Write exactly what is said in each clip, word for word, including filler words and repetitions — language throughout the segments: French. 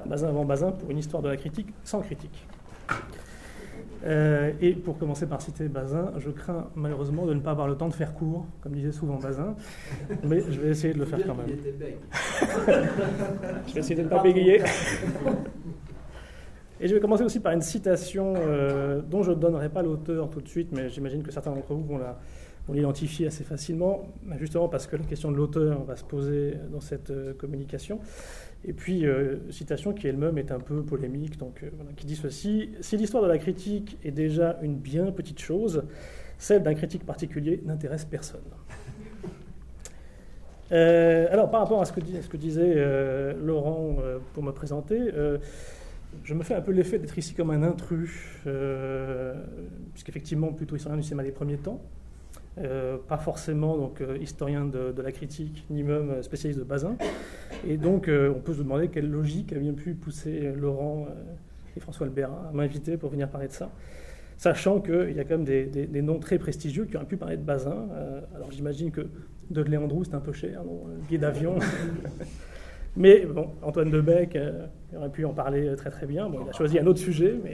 Bazin avant Bazin pour une histoire de la critique sans critique. Euh, et pour commencer par citer Bazin, je crains malheureusement de ne pas avoir le temps de faire court, comme disait souvent Bazin, mais je vais essayer de le faire quand même. Je vais essayer de ne pas bégayer. Et je vais commencer aussi par une citation euh, dont je ne donnerai pas l'auteur tout de suite, mais j'imagine que certains d'entre vous vont la, vont l'identifier assez facilement, justement parce que la question de l'auteur va se poser dans cette euh, communication. Et puis, euh, citation qui elle-même est un peu polémique, donc, euh, voilà, qui dit ceci: « Si l'histoire de la critique est déjà une bien petite chose, celle d'un critique particulier n'intéresse personne. » euh, Alors, par rapport à ce que, à ce que disait euh, Laurent euh, pour me présenter, euh, je me fais un peu l'effet d'être ici comme un intrus, euh, puisqu'effectivement, plutôt historien du cinéma des premiers temps, euh, pas forcément donc, euh, historien de, de la critique, ni même spécialiste de Bazin. Et donc, euh, on peut se demander quelle logique a bien pu pousser Laurent euh, et François Albérin à m'inviter pour venir parler de ça, sachant qu'il y a quand même des, des, des noms très prestigieux qui auraient pu parler de Bazin. Euh, alors, j'imagine que Dudley Andrews, c'est un peu cher, non, le billet d'avion. Mais bon, Antoine Debec euh, aurait pu en parler très très bien. Bon, il a choisi un autre sujet, mais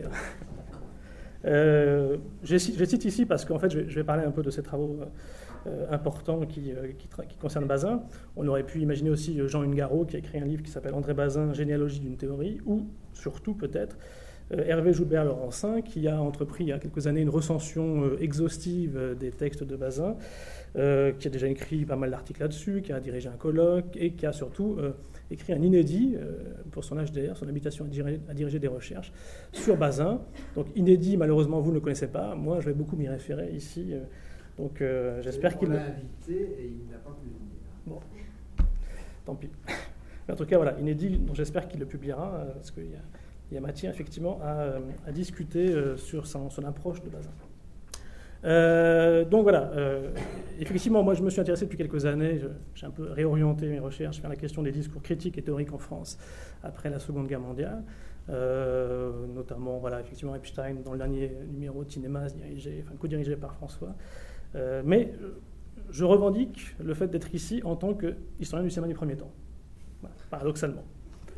euh, je cite ici parce qu'en fait, je vais, je vais parler un peu de ces travaux euh, importants qui, euh, qui, qui concernent Bazin. On aurait pu imaginer aussi Jean Ungaro qui a écrit un livre qui s'appelle André Bazin, généalogie d'une théorie, ou surtout peut-être euh, Hervé Joubert-Laurencin qui a entrepris il y a quelques années une recension euh, exhaustive des textes de Bazin, euh, qui a déjà écrit pas mal d'articles là-dessus, qui a dirigé un colloque et qui a surtout euh, écrit un inédit euh, pour son H D R, son habitation à diriger, à diriger des recherches sur Bazin. Donc inédit, malheureusement, vous ne le connaissez pas. Moi, je vais beaucoup m'y référer ici. Euh, donc euh, j'espère qu'il... On l'a invité et il n'a pas pu venir. Bon, tant pis. Mais en tout cas, voilà, inédit, donc j'espère qu'il le publiera, euh, parce qu'il y a, il y a matière, effectivement, à, à discuter euh, sur son, son approche de Bazin. Euh, donc voilà, euh, effectivement, moi je me suis intéressé depuis quelques années, je, j'ai un peu réorienté mes recherches vers la question des discours critiques et théoriques en France après la Seconde Guerre mondiale, euh, notamment, voilà, effectivement, Epstein dans le dernier numéro de Cinéma, dirigé, enfin, co-dirigé par François. Euh, mais je revendique le fait d'être ici en tant qu'historien du cinéma du premier temps, voilà, paradoxalement. Pourquoi ?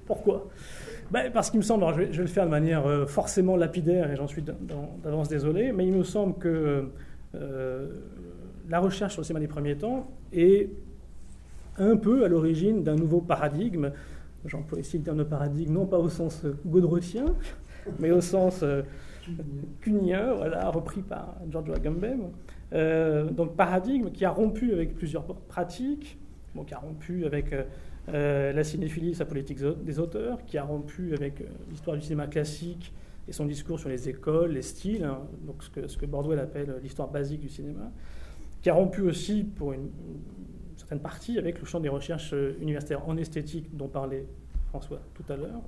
Ben, parce qu'il me semble, alors je, vais, je vais le faire de manière euh, forcément lapidaire, et j'en suis d'avance désolé, mais il me semble que euh, la recherche sur le cinéma des premiers temps est un peu à l'origine d'un nouveau paradigme. J'emploie ici le terme de paradigme, non pas au sens godrotien, mais au sens euh, cunien, voilà, repris par Giorgio Agamben. Euh, donc paradigme qui a rompu avec plusieurs pratiques, bon, qui a rompu avec... Euh, Euh, la cinéphilie, sa politique des auteurs, qui a rompu avec euh, l'histoire du cinéma classique et son discours sur les écoles, les styles, hein, donc ce que, ce que Bordwell appelle l'histoire basique du cinéma, qui a rompu aussi pour une, une certaine partie avec le champ des recherches universitaires en esthétique dont parlait François tout à l'heure.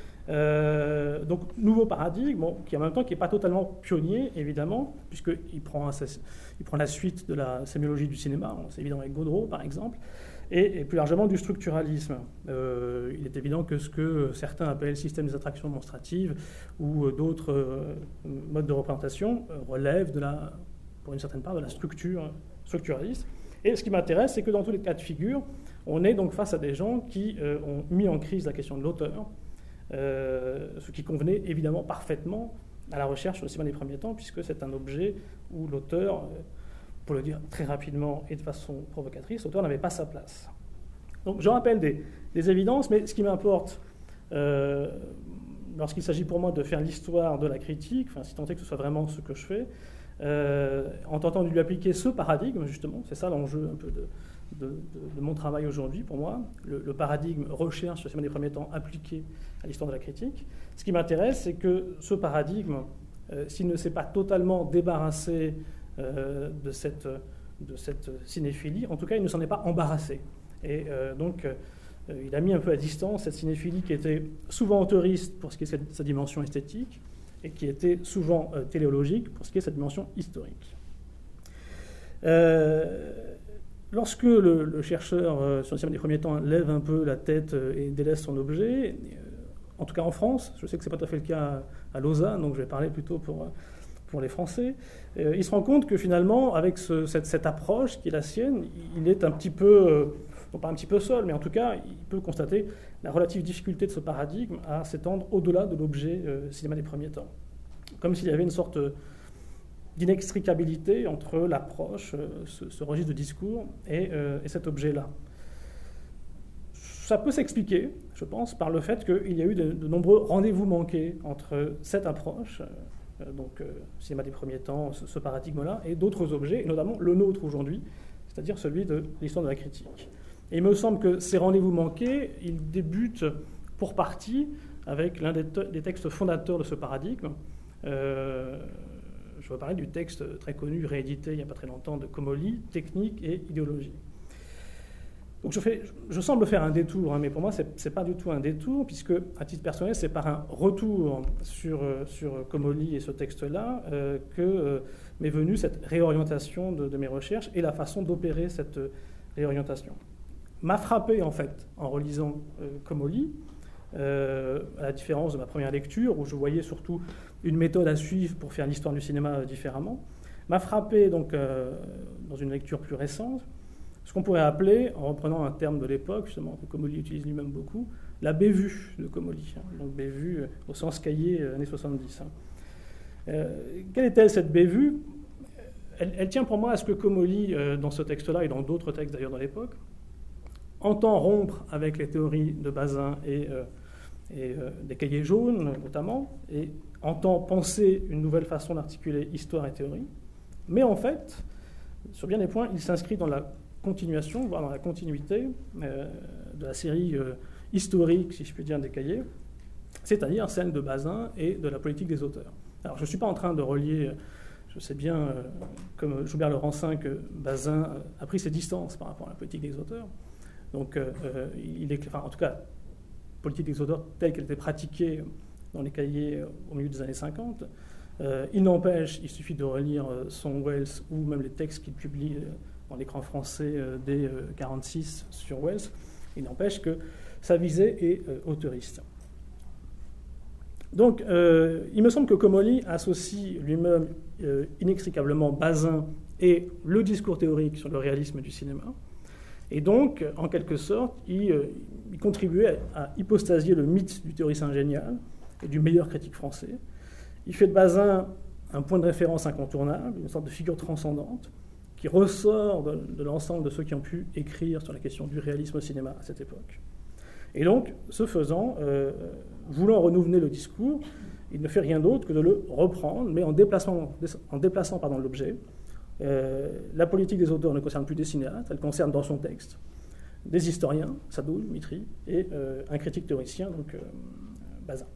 Euh, donc nouveau paradigme, bon, qui en même temps qui n'est pas totalement pionnier, évidemment, puisqu'il prend, il prend la suite de la sémiologie du cinéma, c'est évident avec Gaudreau par exemple, et, et plus largement du structuralisme. Euh, il est évident que ce que certains appellent le système des attractions démonstratives ou d'autres euh, modes de représentation euh, relèvent de la, pour une certaine part de la structure structuraliste. Et ce qui m'intéresse, c'est que dans tous les cas de figure, on est donc face à des gens qui euh, ont mis en crise la question de l'auteur, euh, ce qui convenait évidemment parfaitement à la recherche sur le cinéma des premiers temps, puisque c'est un objet où l'auteur... Euh, pour le dire très rapidement et de façon provocatrice, l'auteur n'avait pas sa place. Donc je rappelle des, des évidences, mais ce qui m'importe, euh, lorsqu'il s'agit pour moi de faire l'histoire de la critique, enfin, si tant est que ce soit vraiment ce que je fais, euh, en tentant de lui appliquer ce paradigme, justement, c'est ça l'enjeu un peu de, de, de, de mon travail aujourd'hui pour moi, le, le paradigme recherche sur le cinéma des premiers temps appliqué à l'histoire de la critique. Ce qui m'intéresse, c'est que ce paradigme, euh, s'il ne s'est pas totalement débarrassé Euh, de, cette, de cette cinéphilie, en tout cas il ne s'en est pas embarrassé. Et euh, donc euh, il a mis un peu à distance cette cinéphilie qui était souvent autoriste pour ce qui est de sa dimension esthétique et qui était souvent euh, téléologique pour ce qui est de sa dimension historique. Euh, lorsque le, le chercheur euh, sur le cinéma des premiers temps lève un peu la tête euh, et délaisse son objet, euh, en tout cas en France, je sais que ce n'est pas tout à fait le cas à, à Lausanne, donc je vais parler plutôt pour... Euh, pour les Français, euh, il se rend compte que finalement, avec ce, cette, cette approche qui est la sienne, il est un petit peu euh, non pas un petit peu seul, mais en tout cas, il peut constater la relative difficulté de ce paradigme à s'étendre au-delà de l'objet euh, cinéma des premiers temps. Comme s'il y avait une sorte d'inextricabilité entre l'approche, euh, ce, ce registre de discours, et, euh, et cet objet-là. Ça peut s'expliquer, je pense, par le fait qu'il y a eu de, de nombreux rendez-vous manqués entre cette approche, euh, donc euh, cinéma des premiers temps, ce, ce paradigme-là, et d'autres objets, et notamment le nôtre aujourd'hui, c'est-à-dire celui de l'histoire de la critique. Et il me semble que ces rendez-vous manqués, ils débutent pour partie avec l'un des, des textes fondateurs de ce paradigme. Euh, je veux parler du texte très connu, réédité il n'y a pas très longtemps, de Comolli, Technique et idéologie. Donc je, fais, je semble faire un détour, hein, mais pour moi, ce n'est pas du tout un détour, puisque, à titre personnel, c'est par un retour sur, sur Comolli et ce texte-là euh, que euh, m'est venue cette réorientation de, de mes recherches et la façon d'opérer cette réorientation. M'a frappé, en fait, en relisant euh, Comolli, euh, à la différence de ma première lecture, où je voyais surtout une méthode à suivre pour faire l'histoire du cinéma euh, différemment, m'a frappé, donc, euh, dans une lecture plus récente, ce qu'on pourrait appeler, en reprenant un terme de l'époque, justement, que Comolli utilise lui-même beaucoup, la bévue de Comolli, hein, donc bévue euh, au sens cahier euh, années soixante-dix. Hein. Euh, quelle est-elle, cette bévue ? elle, elle tient pour moi à ce que Comolli, euh, dans ce texte-là, et dans d'autres textes d'ailleurs de l'époque, entend rompre avec les théories de Bazin et, euh, et euh, des cahiers jaunes, notamment, et entend penser une nouvelle façon d'articuler histoire et théorie, mais en fait, sur bien des points, il s'inscrit dans la continuation, voire dans la continuité euh, de la série euh, historique, si je puis dire, des cahiers, c'est-à-dire celle de Bazin et de la politique des auteurs. Alors, je ne suis pas en train de relier, je sais bien, euh, comme Joubert le Rancin, que Bazin a pris ses distances par rapport à la politique des auteurs. Donc, euh, il est, enfin, en tout cas, politique des auteurs telle qu'elle était pratiquée dans les cahiers au milieu des années cinquante. Euh, il n'empêche, il suffit de relire euh, son Wells ou même les textes qu'il publie euh, dans l'écran français euh, dès mille neuf cent quarante-six sur Wells, il n'empêche que sa visée est euh, auteuriste. Donc, euh, il me semble que Comolli associe lui-même euh, inextricablement Bazin et le discours théorique sur le réalisme du cinéma, et donc, en quelque sorte, il, euh, il contribuait à, à hypostasier le mythe du théoricien génial et du meilleur critique français. Il fait de Bazin un point de référence incontournable, une sorte de figure transcendante, qui ressort de, de l'ensemble de ceux qui ont pu écrire sur la question du réalisme au cinéma à cette époque. Et donc, ce faisant, euh, voulant renouveler le discours, il ne fait rien d'autre que de le reprendre, mais en déplaçant, en déplaçant pardon, l'objet. Euh, la politique des auteurs ne concerne plus des cinéastes, elle concerne dans son texte des historiens, Sadoul, Mitry, et euh, un critique théoricien, donc euh, Bazin.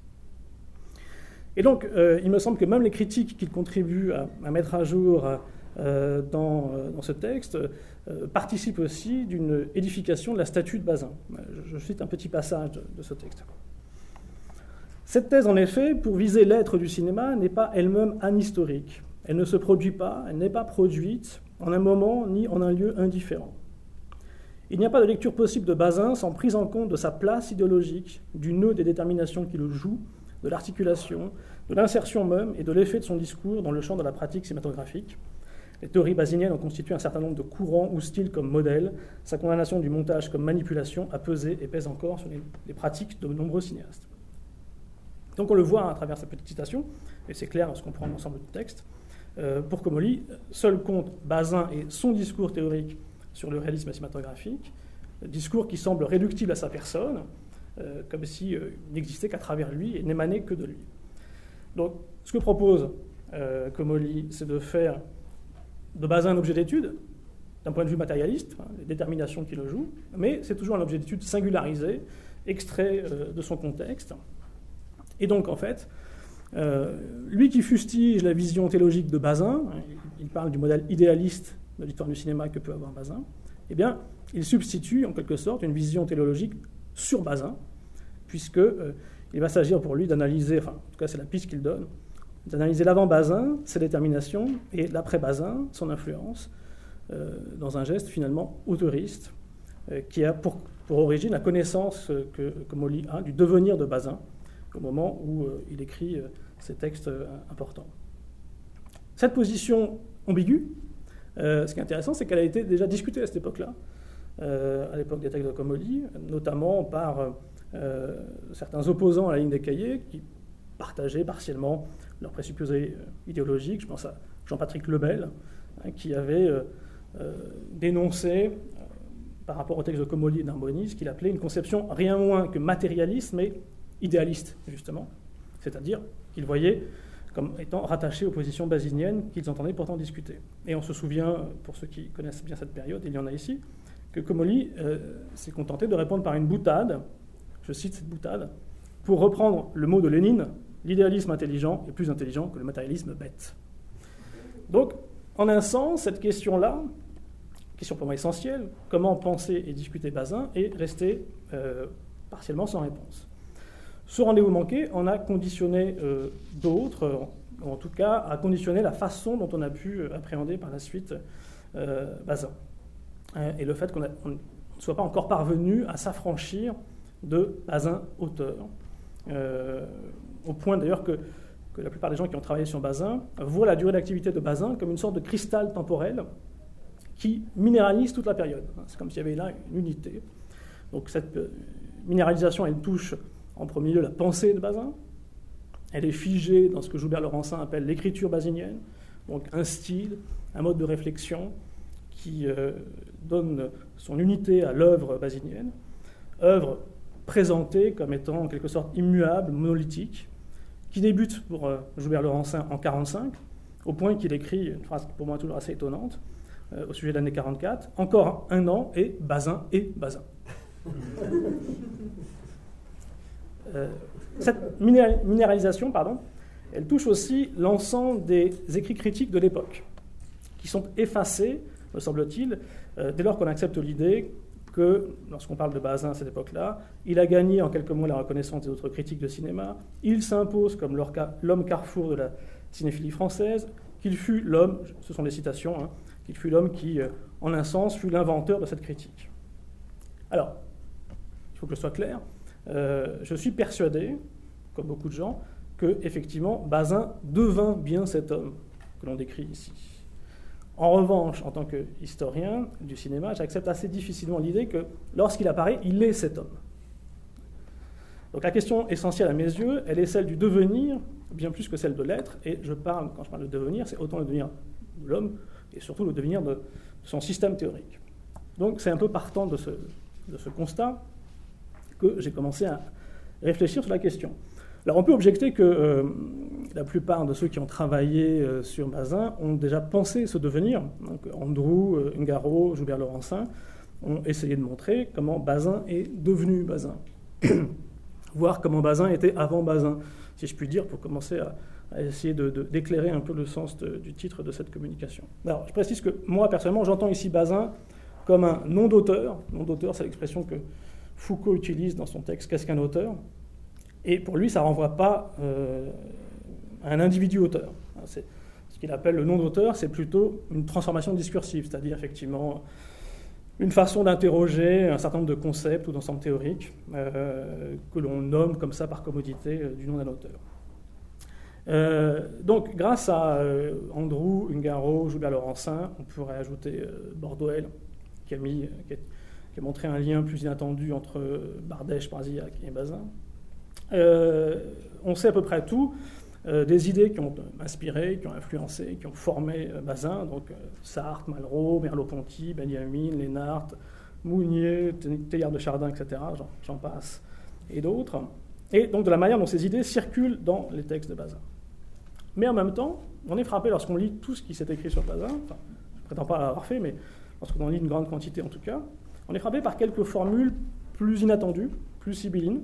Et donc, euh, il me semble que même les critiques qu'il contribue à, à mettre à jour euh, dans, euh, dans ce texte euh, participent aussi d'une édification de la statue de Bazin. Je, je cite un petit passage de, de ce texte. Cette thèse, en effet, pour viser l'être du cinéma, n'est pas elle-même anhistorique. Elle ne se produit pas, elle n'est pas produite en un moment ni en un lieu indifférent. Il n'y a pas de lecture possible de Bazin sans prise en compte de sa place idéologique, du nœud des déterminations qui le jouent, de l'articulation, de l'insertion même et de l'effet de son discours dans le champ de la pratique cinématographique. Les théories baziniennes ont constitué un certain nombre de courants ou styles comme modèle. Sa condamnation du montage comme manipulation a pesé et pèse encore sur les, les pratiques de nombreux cinéastes. Donc on le voit à travers cette petite citation, et c'est clair lorsqu'on prend l'ensemble du texte. Euh, pour Comolli, seul compte Bazin et son discours théorique sur le réalisme cinématographique, discours qui semble réductible à sa personne, euh, comme s'il euh, n'existait qu'à travers lui et n'émanait que de lui. Donc, ce que propose euh, Comolli, c'est de faire de Bazin un objet d'étude, d'un point de vue matérialiste, hein, les déterminations qui le jouent, mais c'est toujours un objet d'étude singularisé, extrait euh, de son contexte. Et donc, en fait, Euh, lui qui fustige la vision théologique de Bazin, il parle du modèle idéaliste de l'histoire du cinéma que peut avoir Bazin, eh bien, il substitue en quelque sorte une vision théologique sur Bazin, puisqu'il euh, va s'agir pour lui d'analyser, enfin, en tout cas c'est la piste qu'il donne, d'analyser l'avant-Bazin, ses déterminations, et l'après-Bazin, son influence, euh, dans un geste finalement auteuriste, euh, qui a pour, pour origine la connaissance que Comolli a du devenir de Bazin, au moment où euh, il écrit euh, ces textes euh, importants. Cette position ambiguë, euh, ce qui est intéressant, c'est qu'elle a été déjà discutée à cette époque-là euh, à l'époque des textes de Comolli, notamment par euh, certains opposants à la ligne des cahiers qui partageaient partiellement leurs présupposés idéologiques. Je pense à Jean-Patrick Lebel, hein, qui avait euh, euh, dénoncé, euh, par rapport au texte de Comolli et d'Arboni, ce qu'il appelait une conception rien moins que matérialiste, mais idéaliste, justement. C'est-à-dire qu'il voyait comme étant rattachés aux positions basiniennes qu'ils entendaient pourtant discuter. Et on se souvient, pour ceux qui connaissent bien cette période, il y en a ici, que Comolli euh, s'est contenté de répondre par une boutade, je cite cette boutade, pour reprendre le mot de Lénine, l'idéalisme intelligent est plus intelligent que le matérialisme bête. Donc, en un sens, cette question-là, question pour moi essentielle, comment penser et discuter Bazin, est restée euh, partiellement sans réponse. Ce rendez-vous manqué en a conditionné euh, d'autres, ou en tout cas a conditionné la façon dont on a pu appréhender par la suite euh, Bazin. Et le fait qu'on on ne soit pas encore parvenu à s'affranchir de Bazin auteur, euh, au point d'ailleurs que, que la plupart des gens qui ont travaillé sur Bazin voient la durée d'activité de Bazin comme une sorte de cristal temporel qui minéralise toute la période. C'est comme s'il y avait là une unité. Donc cette minéralisation, elle touche en premier lieu la pensée de Bazin. Elle est figée dans ce que Joubert Laurencin appelle l'écriture basinienne, donc un style, un mode de réflexion qui euh, donne son unité à l'œuvre basinienne, œuvre présentée comme étant en quelque sorte immuable, monolithique, qui débute pour euh, Joubert Laurencin en mille neuf cent quarante-cinq, au point qu'il écrit une phrase pour moi toujours assez étonnante, euh, au sujet de l'année quarante-quatre, « Encore un an et Bazin et Bazin ». Euh, cette minéralisation, pardon, elle touche aussi l'ensemble des écrits critiques de l'époque, qui sont effacés, me semble-t-il, euh, dès lors qu'on accepte l'idée que, lorsqu'on parle de Bazin à cette époque-là, il a gagné en quelques mots la reconnaissance des autres critiques de cinéma, il s'impose comme l'homme carrefour de la cinéphilie française, qu'il fut l'homme, ce sont des citations, hein, qu'il fut l'homme qui, euh, en un sens, fut l'inventeur de cette critique. Alors, il faut que je sois clair, Euh, je suis persuadé, comme beaucoup de gens, que effectivement Bazin devint bien cet homme que l'on décrit ici. En revanche, en tant qu'historien du cinéma, j'accepte assez difficilement l'idée que lorsqu'il apparaît, il est cet homme. Donc la question essentielle à mes yeux, elle est celle du devenir, bien plus que celle de l'être, et je parle, quand je parle de devenir, c'est autant le devenir de l'homme, et surtout le devenir de son système théorique. Donc c'est un peu partant de ce, de ce constat que j'ai commencé à réfléchir sur la question. Alors on peut objecter que euh, la plupart de ceux qui ont travaillé euh, sur Bazin ont déjà pensé ce devenir. Donc Andrew, euh, Ungaro, Joubert Laurencin ont essayé de montrer comment Bazin est devenu Bazin. Voir comment Bazin était avant Bazin, si je puis dire, pour commencer à, à essayer de, de, d'éclairer un peu le sens de, du titre de cette communication. Alors je précise que moi, personnellement, j'entends ici Bazin comme un nom d'auteur. Nom d'auteur, c'est l'expression que Foucault utilise dans son texte « Qu'est-ce qu'un auteur ?» Et pour lui, ça ne renvoie pas euh, à un individu auteur. C'est, ce qu'il appelle le nom d'auteur, c'est plutôt une transformation discursive, c'est-à-dire effectivement une façon d'interroger un certain nombre de concepts ou d'ensembles théoriques euh, que l'on nomme comme ça par commodité euh, du nom d'un auteur. Euh, donc, grâce à euh, Andrew, Ungaro, Joubert Laurencin, on pourrait ajouter euh, Bordeaux-Hell, qui a mis... Qui a, qui a montré un lien plus inattendu entre Bardèche, Brasillac et Bazin. Euh, on sait à peu près tout euh, des idées qui ont inspiré, qui ont influencé, qui ont formé euh, Bazin, donc euh, Sartre, Malraux, Merleau-Ponty, Benjamin, Lénart, Mounier, Teilhard de Chardin, et cetera, j'en, j'en passe, et d'autres. Et donc de la manière dont ces idées circulent dans les textes de Bazin. Mais en même temps, on est frappé lorsqu'on lit tout ce qui s'est écrit sur Bazin, enfin, je ne prétends pas l'avoir fait, mais lorsqu'on en lit une grande quantité en tout cas, on est frappé par quelques formules plus inattendues, plus sibyllines,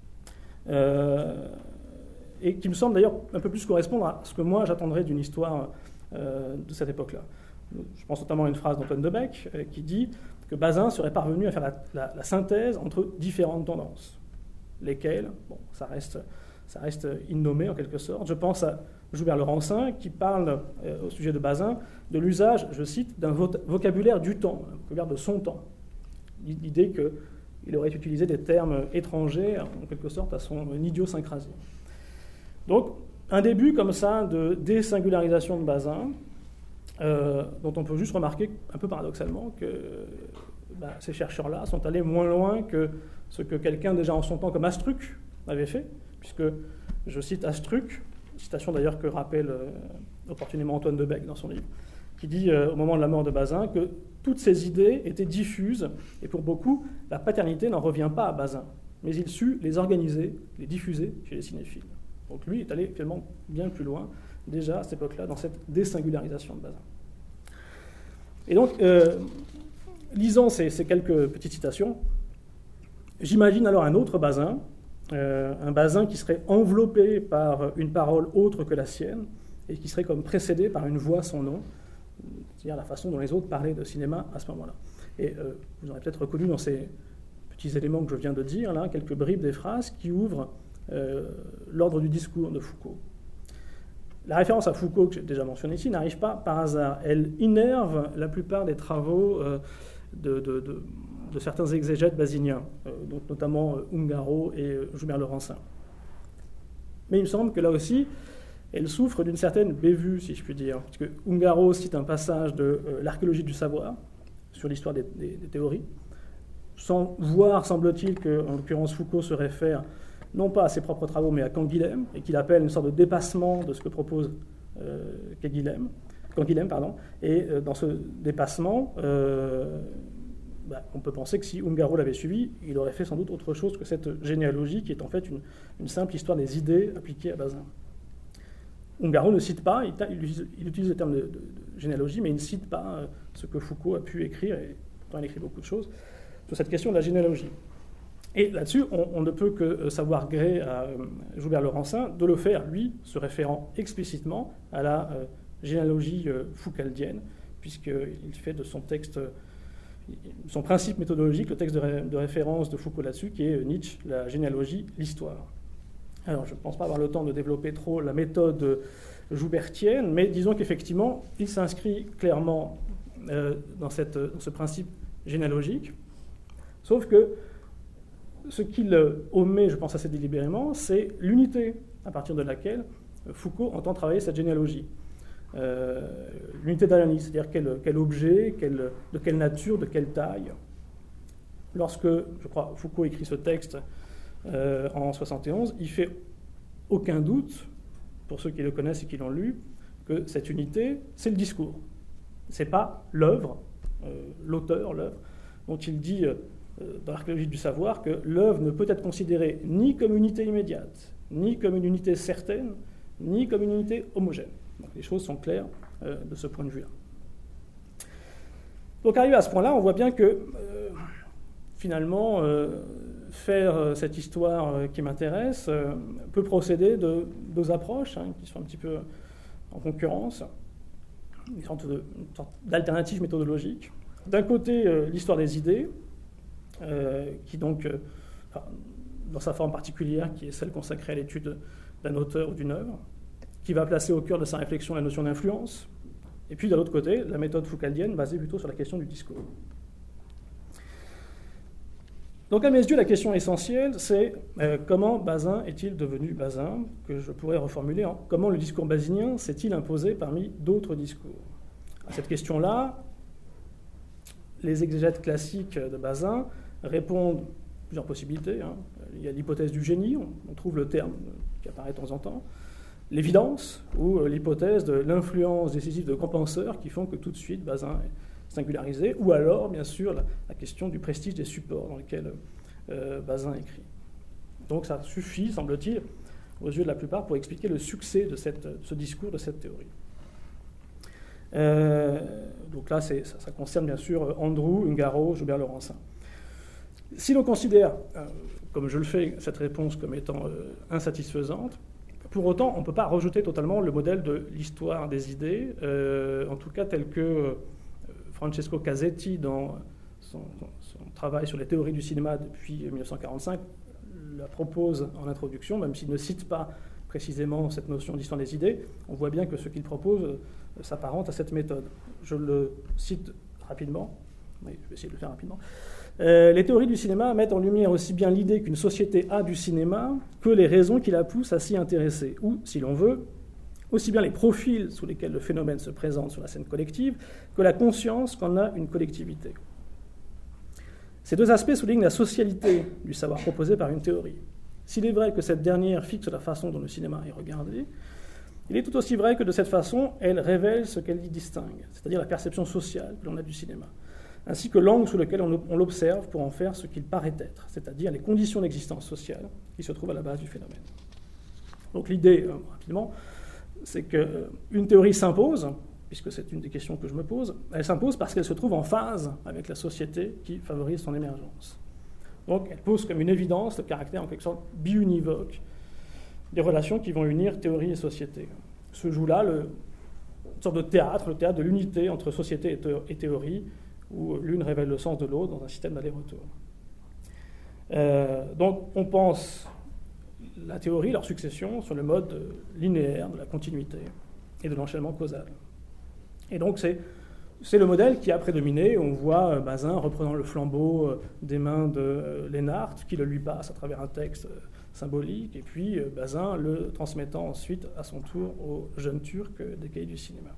euh, et qui me semblent d'ailleurs un peu plus correspondre à ce que moi j'attendrais d'une histoire euh, de cette époque-là. Je pense notamment à une phrase d'Antoine Debec euh, qui dit que Bazin serait parvenu à faire la, la, la synthèse entre différentes tendances, lesquelles, bon, ça reste, ça reste innommé en quelque sorte. Je pense à Joubert Laurencin qui parle euh, au sujet de Bazin de l'usage, je cite, d'un vocabulaire du temps, un vocabulaire de son temps. L'idée qu'il aurait utilisé des termes étrangers, en quelque sorte, à son idiosyncrasie. Donc, un début comme ça de désingularisation de Bazin, euh, dont on peut juste remarquer, un peu paradoxalement, que ben, ces chercheurs-là sont allés moins loin que ce que quelqu'un déjà en son temps comme Astruc avait fait, puisque je cite Astruc, citation d'ailleurs que rappelle euh, opportunément Antoine de Becque dans son livre, qui dit euh, au moment de la mort de Bazin que toutes ces idées étaient diffuses, et pour beaucoup, la paternité n'en revient pas à Bazin, mais il sut les organiser, les diffuser chez les cinéphiles. Donc lui est allé finalement bien plus loin, déjà à cette époque-là, dans cette désingularisation de Bazin. Et donc, euh, lisant ces, ces quelques petites citations, j'imagine alors un autre Bazin, euh, un Bazin qui serait enveloppé par une parole autre que la sienne, et qui serait comme précédé par une voix sans nom, c'est-à-dire la façon dont les autres parlaient de cinéma à ce moment-là. Et euh, vous aurez peut-être reconnu dans ces petits éléments que je viens de dire, là, quelques bribes des phrases qui ouvrent euh, l'ordre du discours de Foucault. La référence à Foucault, que j'ai déjà mentionné ici, n'arrive pas par hasard. Elle innerve la plupart des travaux euh, de, de, de, de certains exégètes basiniens, euh, donc notamment euh, Ungaro et euh, Joubert-Laurencin. Mais il me semble que là aussi, elle souffre d'une certaine bévue, si je puis dire. Parce que Ungaro cite un passage de euh, l'archéologie du savoir sur l'histoire des, des, des théories, sans voir, semble-t-il, qu'en l'occurrence Foucault se réfère non pas à ses propres travaux, mais à Canguilhem, et qu'il appelle une sorte de dépassement de ce que propose euh, Canguilhem, Canguilhem, pardon. Et euh, dans ce dépassement, euh, bah, on peut penser que si Ungaro l'avait suivi, il aurait fait sans doute autre chose que cette généalogie, qui est en fait une, une simple histoire des idées appliquées à Bazin. Ungaro ne cite pas, il, il, utilise, il utilise le terme de, de, de généalogie, mais il ne cite pas euh, ce que Foucault a pu écrire, et pourtant il écrit beaucoup de choses, sur cette question de la généalogie. Et là-dessus, on, on ne peut que savoir gré à euh, Joubert-Laurencin de le faire, lui, se référant explicitement à la euh, généalogie euh, foucaldienne, puisqu'il fait de son texte, euh, son principe méthodologique, le texte de, ré, de référence de Foucault là-dessus, qui est Nietzsche, la généalogie, l'histoire. Alors, je ne pense pas avoir le temps de développer trop la méthode joubertienne, mais disons qu'effectivement, il s'inscrit clairement euh, dans, cette, dans ce principe généalogique, sauf que ce qu'il omet, je pense assez délibérément, c'est l'unité à partir de laquelle Foucault entend travailler cette généalogie. Euh, l'unité d'analyse, c'est-à-dire quel, quel objet, quel, de quelle nature, de quelle taille. Lorsque, je crois, Foucault écrit ce texte euh, en soixante et onze, il fait aucun doute, pour ceux qui le connaissent et qui l'ont lu, que cette unité, c'est le discours. Ce n'est pas l'œuvre, euh, l'auteur, l'œuvre, dont il dit euh, dans l'archéologie du savoir que l'œuvre ne peut être considérée ni comme une unité immédiate, ni comme une unité certaine, ni comme une unité homogène. Donc les choses sont claires euh, de ce point de vue-là. Donc arrivé à ce point-là, on voit bien que euh, finalement, euh, faire euh, cette histoire euh, qui m'intéresse euh, peut procéder de deux approches hein, qui sont un petit peu en concurrence, une sorte, de, une sorte d'alternative méthodologique. D'un côté, euh, l'histoire des idées, Euh, qui donc, euh, enfin, dans sa forme particulière, qui est celle consacrée à l'étude d'un auteur ou d'une œuvre, qui va placer au cœur de sa réflexion la notion d'influence, et puis de l'autre côté, la méthode foucaldienne basée plutôt sur la question du discours. Donc à mes yeux, la question essentielle, c'est euh, comment Bazin est-il devenu Bazin, que je pourrais reformuler en comment le discours basinien s'est-il imposé parmi d'autres discours. À cette question-là, les exégètes classiques de Bazin répondent plusieurs possibilités. Hein. Il y a l'hypothèse du génie, on, on trouve le terme qui apparaît de temps en temps, l'évidence, ou l'hypothèse de l'influence décisive de grands penseurs qui font que tout de suite Bazin est singularisé, ou alors, bien sûr, la, la question du prestige des supports dans lesquels euh, Bazin écrit. Donc ça suffit, semble-t-il, aux yeux de la plupart, pour expliquer le succès de, cette, de ce discours, de cette théorie. Euh, donc là, c'est, ça, ça concerne bien sûr Andrew, Ungaro, Joubert-Laurencin. Si l'on considère, euh, comme je le fais, cette réponse comme étant euh, insatisfaisante, pour autant, on ne peut pas rejeter totalement le modèle de l'histoire des idées, euh, en tout cas tel que euh, Francesco Casetti, dans son, son travail sur les théories du cinéma depuis mille neuf cent quarante-cinq, la propose en introduction, même s'il ne cite pas précisément cette notion d'histoire des idées, on voit bien que ce qu'il propose euh, s'apparente à cette méthode. Je le cite rapidement, oui, je vais essayer de le faire rapidement. Euh, les théories du cinéma mettent en lumière aussi bien l'idée qu'une société a du cinéma que les raisons qui la poussent à s'y intéresser, ou, si l'on veut, aussi bien les profils sous lesquels le phénomène se présente sur la scène collective que la conscience qu'en a une collectivité. Ces deux aspects soulignent la socialité du savoir proposé par une théorie. S'il est vrai que cette dernière fixe la façon dont le cinéma est regardé, il est tout aussi vrai que de cette façon, elle révèle ce qu'elle y distingue, c'est-à-dire la perception sociale que l'on a du cinéma, ainsi que l'angle sous lequel on l'observe pour en faire ce qu'il paraît être, c'est-à-dire les conditions d'existence sociale qui se trouvent à la base du phénomène. Donc l'idée, euh, rapidement, c'est qu'une théorie s'impose, puisque c'est une des questions que je me pose, elle s'impose parce qu'elle se trouve en phase avec la société qui favorise son émergence. Donc elle pose comme une évidence le caractère en quelque sorte biunivoque des relations qui vont unir théorie et société. Se joue là le, une sorte de théâtre, le théâtre de l'unité entre société et, thé- et théorie, où l'une révèle le sens de l'autre dans un système d'aller-retour. Euh, donc on pense la théorie, leur succession, sur le mode linéaire de la continuité et de l'enchaînement causal. Et donc c'est, c'est le modèle qui a prédominé. On voit Bazin reprenant le flambeau des mains de Lénart, qui le lui passe à travers un texte symbolique, et puis Bazin le transmettant ensuite à son tour au jeune Turc des cahiers du cinéma.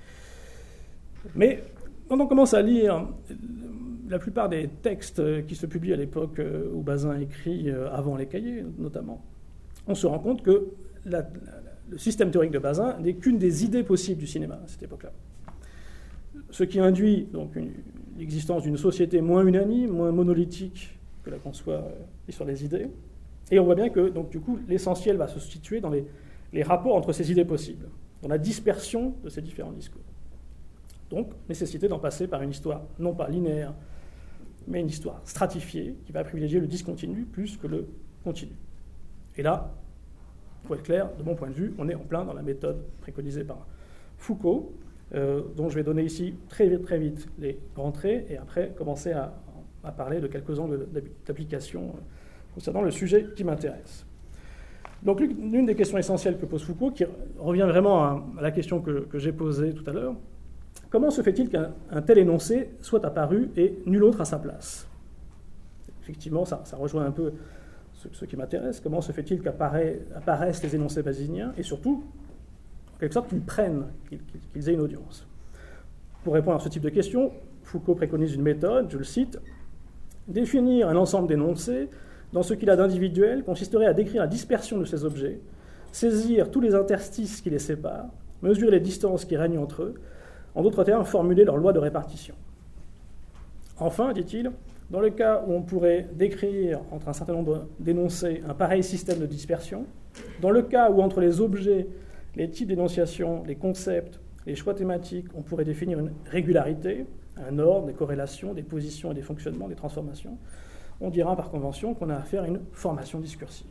Mais quand on commence à lire la plupart des textes qui se publient à l'époque où Bazin écrit, avant les cahiers notamment, on se rend compte que la, la, le système théorique de Bazin n'est qu'une des idées possibles du cinéma à cette époque-là. Ce qui induit donc une, l'existence d'une société moins unanime, moins monolithique que la conçoit l'histoire des idées. Et on voit bien que donc, du coup, l'essentiel va se situer dans les, les rapports entre ces idées possibles, dans la dispersion de ces différents discours. Donc, nécessité d'en passer par une histoire non pas linéaire, mais une histoire stratifiée qui va privilégier le discontinu plus que le continu. Et là, pour être clair, de mon point de vue, on est en plein dans la méthode préconisée par Foucault, euh, dont je vais donner ici très vite, très vite les grands traits, et après commencer à, à parler de quelques angles d'application concernant le sujet qui m'intéresse. Donc l'une des questions essentielles que pose Foucault, qui revient vraiment à, à la question que, que j'ai posée tout à l'heure, comment se fait-il qu'un tel énoncé soit apparu et nul autre à sa place? Effectivement, ça, ça rejoint un peu ce, ce qui m'intéresse. Comment se fait-il qu'apparaissent les énoncés basiniens et surtout, en quelque sorte, qu'ils prennent, qu'ils, qu'ils aient une audience? Pour répondre à ce type de questions, Foucault préconise une méthode, je le cite, « Définir un ensemble d'énoncés dans ce qu'il a d'individuel consisterait à décrire la dispersion de ces objets, saisir tous les interstices qui les séparent, mesurer les distances qui règnent entre eux, en d'autres termes, formuler leur loi de répartition. Enfin, dit-il, dans le cas où on pourrait décrire entre un certain nombre d'énoncés un pareil système de dispersion, dans le cas où entre les objets, les types d'énonciation, les concepts, les choix thématiques, on pourrait définir une régularité, un ordre, des corrélations, des positions et des fonctionnements, des transformations, on dira par convention qu'on a affaire à une formation discursive.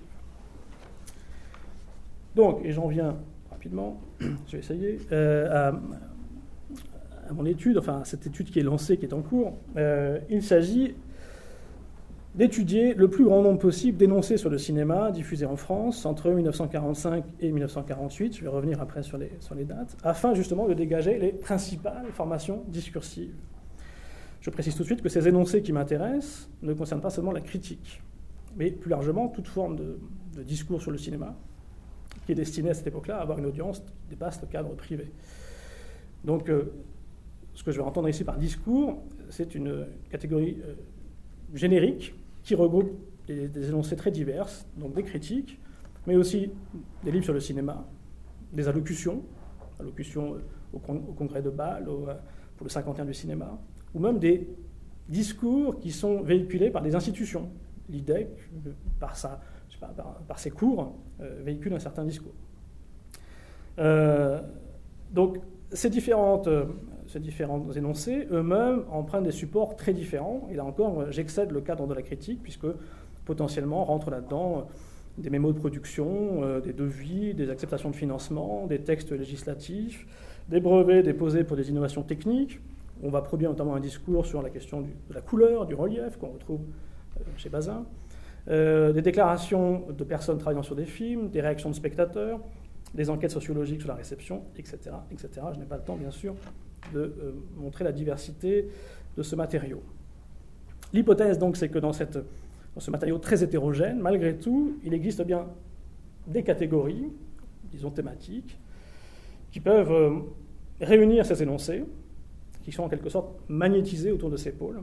Donc, et j'en viens rapidement, je vais essayer, euh, à, à mon étude, enfin à cette étude qui est lancée, qui est en cours. Euh, il s'agit d'étudier le plus grand nombre possible d'énoncés sur le cinéma diffusés en France entre mille neuf cent quarante-cinq et mille neuf cent quarante-huit, je vais revenir après sur les, sur les dates, afin justement de dégager les principales formations discursives. Je précise tout de suite que ces énoncés qui m'intéressent ne concernent pas seulement la critique, mais plus largement toute forme de, de discours sur le cinéma, qui est destiné à cette époque-là à avoir une audience qui dépasse le cadre privé. Donc, euh, ce que je vais entendre ici par discours, c'est une catégorie euh, générique qui regroupe des, des énoncés très divers, donc des critiques, mais aussi des livres sur le cinéma, des allocutions, allocutions au, con, au congrès de Bâle, au, pour le cinquantième du cinéma, ou même des discours qui sont véhiculés par des institutions. L'I D E C, par, sa, je sais pas, par, par ses cours, euh, véhicule un certain discours. Euh, donc, ces, différentes, euh, ces différents énoncés, eux-mêmes, empruntent des supports très différents. Et là encore, j'excède le cadre de la critique, puisque potentiellement rentrent là-dedans des mémos de production, euh, des devis, des acceptations de financement, des textes législatifs, des brevets déposés pour des innovations techniques. On va produire notamment un discours sur la question du, de la couleur, du relief, qu'on retrouve euh, chez Bazin, euh, des déclarations de personnes travaillant sur des films, des réactions de spectateurs, des enquêtes sociologiques sur la réception, et cetera, et cetera. Je n'ai pas le temps, bien sûr, de euh, montrer la diversité de ce matériau. L'hypothèse, donc, c'est que dans, cette, dans ce matériau très hétérogène, malgré tout, il existe bien des catégories, disons thématiques, qui peuvent euh, réunir ces énoncés, qui sont en quelque sorte magnétisés autour de ces pôles,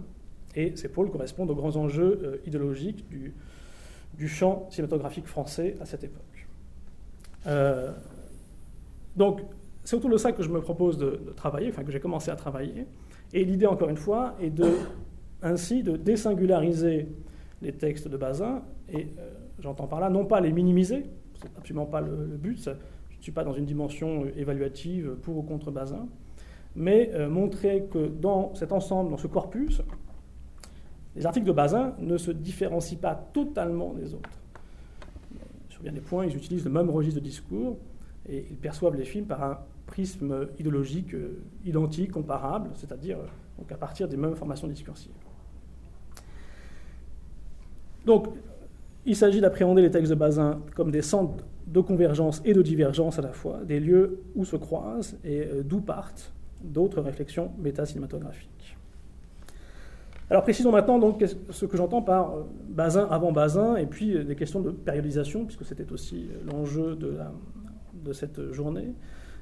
Et ces pôles correspondent aux grands enjeux euh, idéologiques du, du champ cinématographique français à cette époque. Euh, donc, c'est autour de ça que je me propose de, de travailler, enfin que j'ai commencé à travailler. Et l'idée, encore une fois, est de, ainsi de désingulariser les textes de Bazin, et euh, j'entends par là non pas les minimiser, c'est absolument pas le, le but, ça, je ne suis pas dans une dimension évaluative pour ou contre Bazin, mais euh, montrer que dans cet ensemble, dans ce corpus, les articles de Bazin ne se différencient pas totalement des autres. Sur bien des points, ils utilisent le même registre de discours et ils perçoivent les films par un prisme idéologique euh, identique, comparable, c'est-à-dire euh, donc à partir des mêmes formations discursives. Donc, il s'agit d'appréhender les textes de Bazin comme des centres de convergence et de divergence à la fois, des lieux où se croisent et euh, d'où partent d'autres réflexions métacinématographiques. Alors précisons maintenant donc ce que j'entends par Bazin avant Bazin, et puis des questions de périodisation, puisque c'était aussi l'enjeu de, la, de cette journée.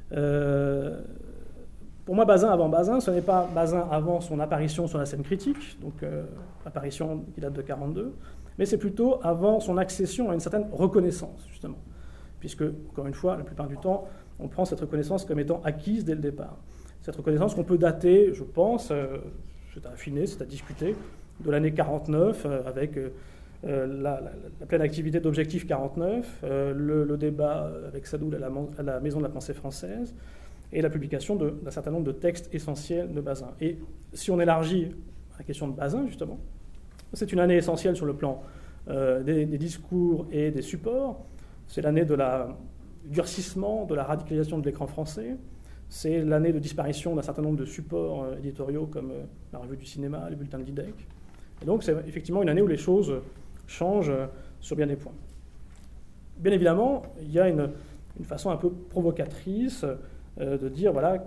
Euh, pour moi, Bazin avant Bazin, ce n'est pas Bazin avant son apparition sur la scène critique, donc euh, apparition qui date de mille neuf cent quarante-deux, mais c'est plutôt avant son accession à une certaine reconnaissance, justement, puisque, encore une fois, la plupart du temps, on prend cette reconnaissance comme étant acquise dès le départ. Cette reconnaissance qu'on peut dater, je pense, euh, c'est à affiner, c'est à discuter, de l'année quarante-neuf, euh, avec euh, la, la, la pleine activité d'Objectif quarante-neuf, euh, le, le débat avec Sadoul à la, à la Maison de la Pensée française, et la publication d'un certain nombre de textes essentiels de Bazin. Et si on élargit la question de Bazin, justement, c'est une année essentielle sur le plan euh, des, des discours et des supports. C'est l'année de la durcissement, de la radicalisation de l'écran français. C'est l'année de disparition d'un certain nombre de supports euh, éditoriaux comme euh, la Revue du cinéma, les bulletins de l'I D E C. Et donc c'est effectivement une année où les choses changent euh, sur bien des points. Bien évidemment, il y a une, une façon un peu provocatrice euh, de dire, voilà,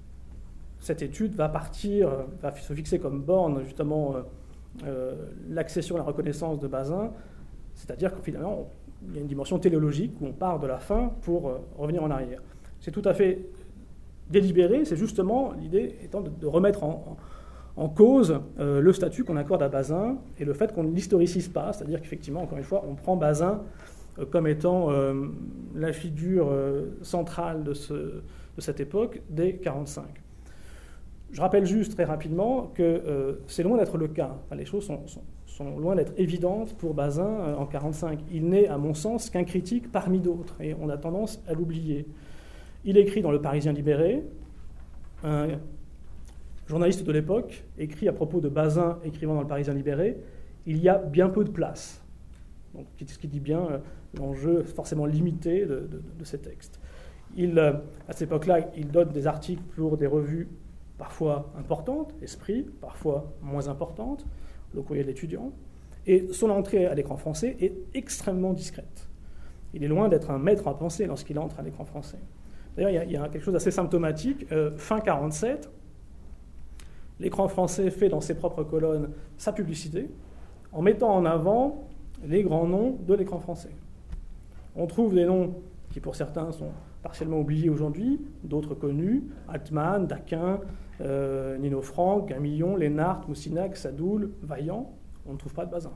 cette étude va partir, va se fixer comme borne justement euh, euh, l'accession à la reconnaissance de Bazin, c'est-à-dire que finalement, il y a une dimension téléologique où on part de la fin pour euh, revenir en arrière. C'est tout à fait délibéré, c'est justement l'idée étant de, de remettre en, en cause euh, le statut qu'on accorde à Bazin et le fait qu'on ne l'historicise pas, c'est-à-dire qu'effectivement, encore une fois, on prend Bazin euh, comme étant euh, la figure euh, centrale de, ce, de cette époque dès mille neuf cent quarante-cinq. Je rappelle juste très rapidement que euh, c'est loin d'être le cas. Enfin, les choses sont, sont, sont loin d'être évidentes pour Bazin euh, en mille neuf cent quarante-cinq. Il n'est, à mon sens, qu'un critique parmi d'autres, et on a tendance à l'oublier. Il écrit dans Le Parisien libéré, un journaliste de l'époque écrit à propos de Bazin écrivant dans Le Parisien libéré, il y a bien peu de place. Donc, ce qui dit bien euh, l'enjeu forcément limité de, de, de ces textes. Il, euh, à cette époque-là, il donne des articles pour des revues parfois importantes, Esprit, parfois moins importantes, Le Courrier de l'étudiant, et son entrée à l'écran français est extrêmement discrète. Il est loin d'être un maître à penser lorsqu'il entre à l'écran français. D'ailleurs, il y a, il y a quelque chose d'assez symptomatique. Euh, fin mille neuf cent quarante-sept, l'écran français fait dans ses propres colonnes sa publicité, en mettant en avant les grands noms de l'écran français. On trouve des noms qui, pour certains, sont partiellement oubliés aujourd'hui, d'autres connus, Altman, Daquin, euh, Nino Franck, Gamillon, Lénart, Moussinac, Sadoul, Vaillant. On ne trouve pas de Bazin.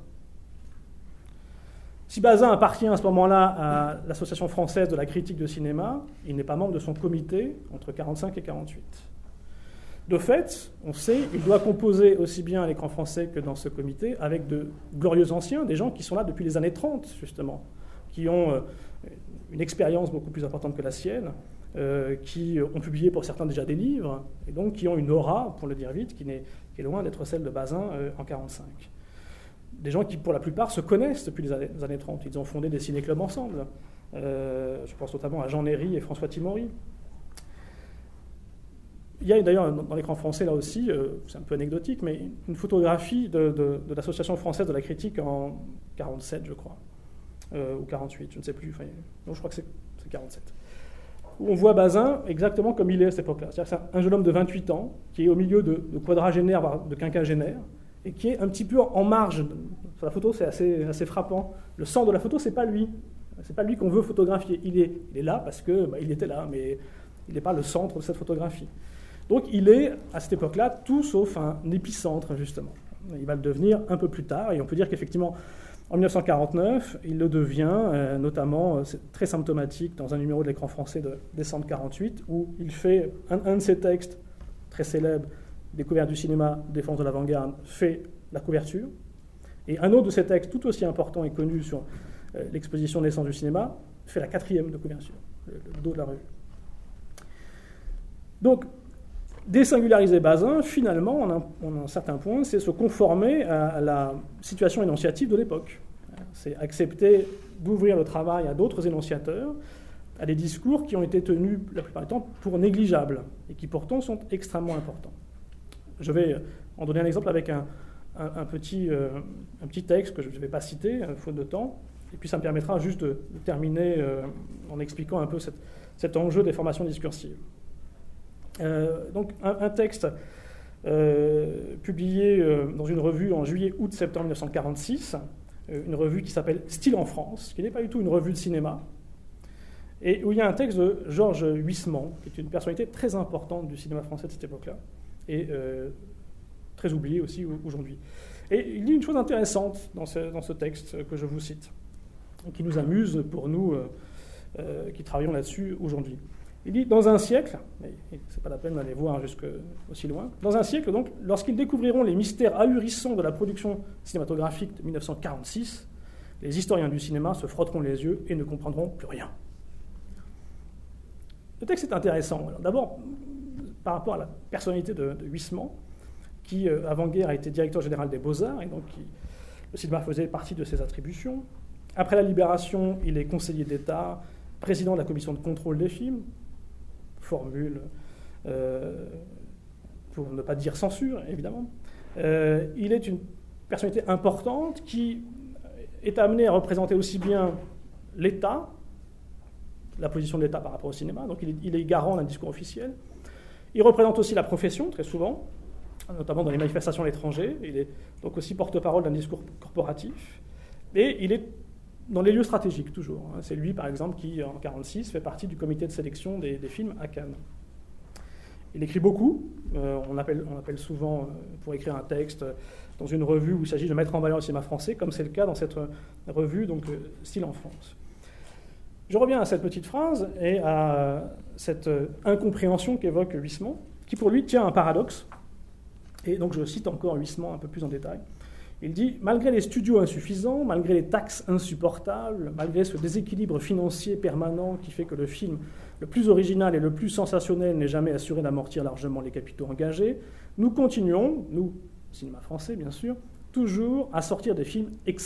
Si Bazin appartient à ce moment-là à l'Association française de la critique de cinéma, il n'est pas membre de son comité entre mille neuf cent quarante-cinq et mille neuf cent quarante-huit. De fait, on sait, il doit composer aussi bien à l'écran français que dans ce comité avec de glorieux anciens, des gens qui sont là depuis les années trente, justement, qui ont euh, une expérience beaucoup plus importante que la sienne, euh, qui ont publié pour certains déjà des livres, et donc qui ont une aura, pour le dire vite, qui, n'est, qui est loin d'être celle de Bazin euh, en mille neuf cent quarante-cinq. Des gens qui, pour la plupart, se connaissent depuis les années, les années trente. Ils ont fondé des ciné-clubs ensemble. Euh, je pense notamment à Jean Néry et François Timori. Il y a d'ailleurs dans l'écran français, là aussi, euh, c'est un peu anecdotique, mais une photographie de, de, de l'Association française de la critique en mille neuf cent quarante-sept, je crois, euh, ou mille neuf cent quarante-huit, je ne sais plus. Enfin, non, je crois que c'est mille neuf cent quarante-sept. Où on voit Bazin exactement comme il est à cette époque-là. C'est-à-dire que c'est un jeune homme de vingt-huit ans qui est au milieu de, de quadragénaires, voire de quinquagénaires, et qui est un petit peu en marge. Sur la photo, c'est assez, assez frappant. Le centre de la photo, c'est pas lui. C'est pas lui qu'on veut photographier. Il est, il est là parce que bah, il était là, mais il n'est pas le centre de cette photographie. Donc il est, à cette époque-là, tout sauf un épicentre, justement. Il va le devenir un peu plus tard, et on peut dire qu'effectivement, en mille neuf cent quarante-neuf, il le devient, euh, notamment, euh, c'est très symptomatique, dans un numéro de l'Écran français de décembre quarante-huit, où il fait un, un de ses textes très célèbres, Découverte du cinéma, défense de l'avant-garde, fait la couverture, et un autre de ses textes, tout aussi important et connu sur euh, l'exposition Naissance du cinéma, fait la quatrième de couverture, le, le dos de la revue. Donc, désingulariser Bazin, finalement, on a, on a un certain point, c'est se conformer à, à la situation énonciative de l'époque. C'est accepter d'ouvrir le travail à d'autres énonciateurs, à des discours qui ont été tenus la plupart du temps pour négligeables et qui pourtant sont extrêmement importants. Je vais en donner un exemple avec un, un, un, petit, euh, un petit texte que je ne vais pas citer, faute de temps, et puis ça me permettra juste de, de terminer euh, en expliquant un peu cette, cet enjeu des formations discursives. Euh, donc un, un texte euh, publié euh, dans une revue en juillet-août-septembre mille neuf cent quarante-six, euh, une revue qui s'appelle Style en France, qui n'est pas du tout une revue de cinéma, et où il y a un texte de Georges Huysmans, qui est une personnalité très importante du cinéma français de cette époque-là, et euh, très oublié aussi aujourd'hui. Et il dit une chose intéressante dans ce, dans ce texte que je vous cite, qui nous amuse pour nous euh, euh, qui travaillons là-dessus aujourd'hui. Il dit, dans un siècle, et c'est pas la peine d'aller voir jusque aussi loin, dans un siècle, donc, lorsqu'ils découvriront les mystères ahurissants de la production cinématographique de mille neuf cent quarante-six, les historiens du cinéma se frotteront les yeux et ne comprendront plus rien. Le texte est intéressant. Alors, d'abord, par rapport à la personnalité de, de Huysmans, qui, euh, avant-guerre, a été directeur général des Beaux-Arts, et donc qui, le cinéma faisait partie de ses attributions. Après la Libération, il est conseiller d'État, président de la commission de contrôle des films, formule, euh, pour ne pas dire censure, évidemment. Euh, il est une personnalité importante qui est amenée à représenter aussi bien l'État, la position de l'État par rapport au cinéma, donc il est, il est garant d'un discours officiel. Il représente aussi la profession, très souvent, notamment dans les manifestations à l'étranger. Il est donc aussi porte-parole d'un discours corporatif. Et il est dans les lieux stratégiques, toujours. C'est lui, par exemple, qui, en mille neuf cent quarante-six, fait partie du comité de sélection des, des films à Cannes. Il écrit beaucoup. Euh, on, appelle, on appelle souvent, euh, pour écrire un texte, dans une revue où il s'agit de mettre en valeur le cinéma français, comme c'est le cas dans cette revue, donc euh, Style en France. Je reviens à cette petite phrase et à cette euh, incompréhension qu'évoque Huysmans, qui pour lui tient à un paradoxe. Et donc je cite encore Huysmans un peu plus en détail. Il dit « Malgré les studios insuffisants, malgré les taxes insupportables, malgré ce déséquilibre financier permanent qui fait que le film le plus original et le plus sensationnel n'est jamais assuré d'amortir largement les capitaux engagés, nous continuons, nous, cinéma français bien sûr, toujours à sortir des films excellents. »